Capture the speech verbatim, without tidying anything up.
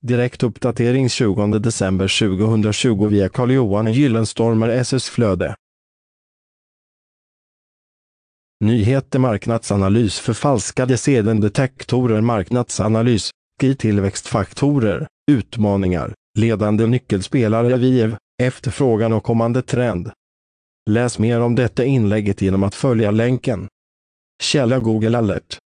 Direktuppdatering tjugonde december tjugohundratjugo via Carl-Johan Gyllenstormer S S-flöde. Nyheter marknadsanalys förfalskade sedeldetektorer marknadsanalys, G I-tillväxtfaktorer, utmaningar, ledande nyckelspelare V I V, efterfrågan och kommande trend. Läs mer om detta inlägget genom att följa länken. Källa Google Alert.